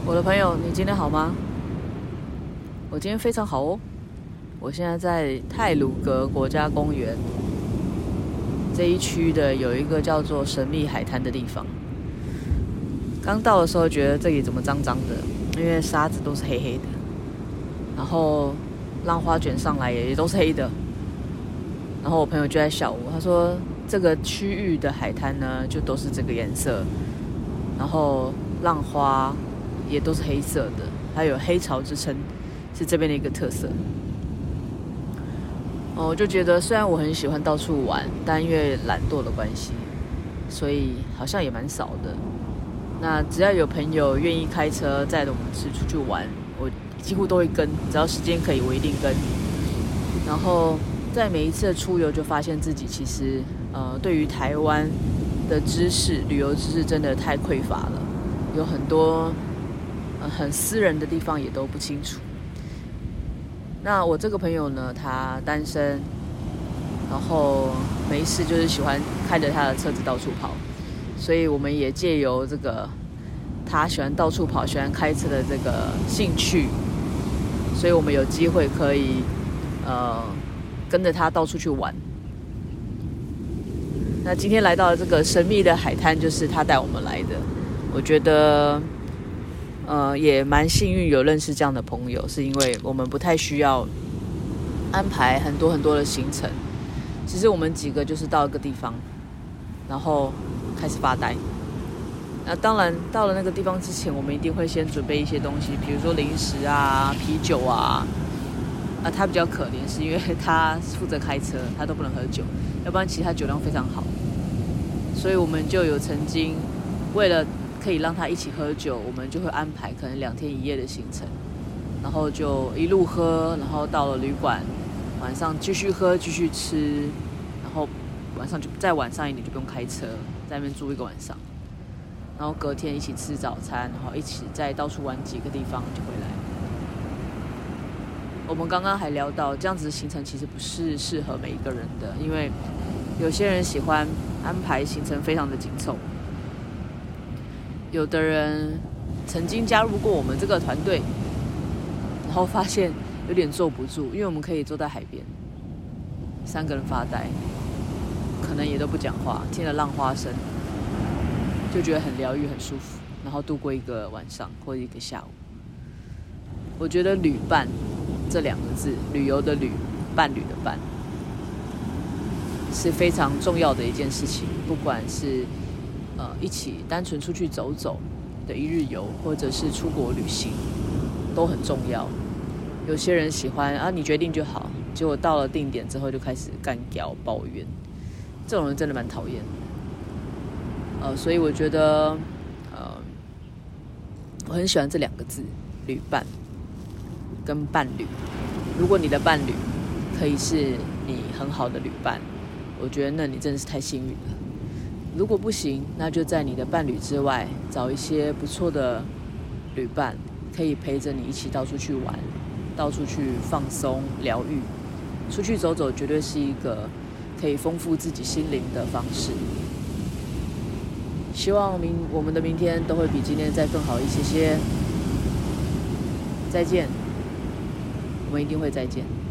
我的朋友，你今天好吗？我今天非常好哦。我现在在太鲁阁国家公园这一区的有一个叫做神秘海滩的地方。刚到的时候觉得这里怎么脏脏的，因为沙子都是黑黑的，然后浪花卷上来也都是黑的。然后我朋友就在笑我，他说这个区域的海滩呢就都是这个颜色，然后浪花也都是黑色的，还有黑潮之称，是这边的一个特色。我就觉得虽然我很喜欢到处玩，但因为懒惰的关系，所以好像也蛮少的。那只要有朋友愿意开车载着我们出去玩，我几乎都会跟，只要时间可以我一定跟。然后在每一次的出游就发现自己其实对于台湾的知识，旅游知识真的太匮乏了，有很多很私人的地方也都不清楚。那我这个朋友呢，他单身，然后没事就是喜欢开着他的车子到处跑，所以我们也借由这个他喜欢到处跑、喜欢开车的这个兴趣，所以我们有机会可以跟着他到处去玩。那今天来到这个神秘的海滩，就是他带我们来的。我觉得也蛮幸运有认识这样的朋友，是因为我们不太需要安排很多很多的行程。其实我们几个就是到一个地方，然后开始发呆。那当然到了那个地方之前，我们一定会先准备一些东西，比如说零食啊、啤酒啊。他比较可怜，是因为他负责开车，他都不能喝酒，要不然其实他酒量非常好。所以我们就有曾经为了可以让他一起喝酒，我们就会安排可能2天1夜的行程，然后就一路喝，然后到了旅馆，晚上继续喝继续吃，然后晚上就再晚上一点就不用开车，在那边住一个晚上，然后隔天一起吃早餐，然后一起再到处玩几个地方就回来。我们刚刚还聊到，这样子的行程其实不是适合每一个人的，因为有些人喜欢安排行程非常的紧凑，有的人曾经加入过我们这个团队，然后发现有点坐不住，因为我们可以坐在海边，3个人发呆，可能也都不讲话，听了浪花声，就觉得很疗愈很舒服，然后度过一个晚上或者一个下午。我觉得旅伴这2个字，旅游的旅，伴侣的伴，是非常重要的一件事情。不管是一起单纯出去走走的一日游，或者是出国旅行，都很重要。有些人喜欢你决定就好，结果到了定点之后就开始干譙抱怨，这种人真的蛮讨厌的。所以我觉得我很喜欢这2个字，旅伴跟伴侣。如果你的伴侣可以是你很好的旅伴，我觉得那你真的是太幸运了。如果不行，那就在你的伴侣之外找一些不错的旅伴，可以陪着你一起到处去玩，到处去放松疗愈。出去走走绝对是一个可以丰富自己心灵的方式。希望我们的明天都会比今天再更好一些些。再见，我们一定会再见。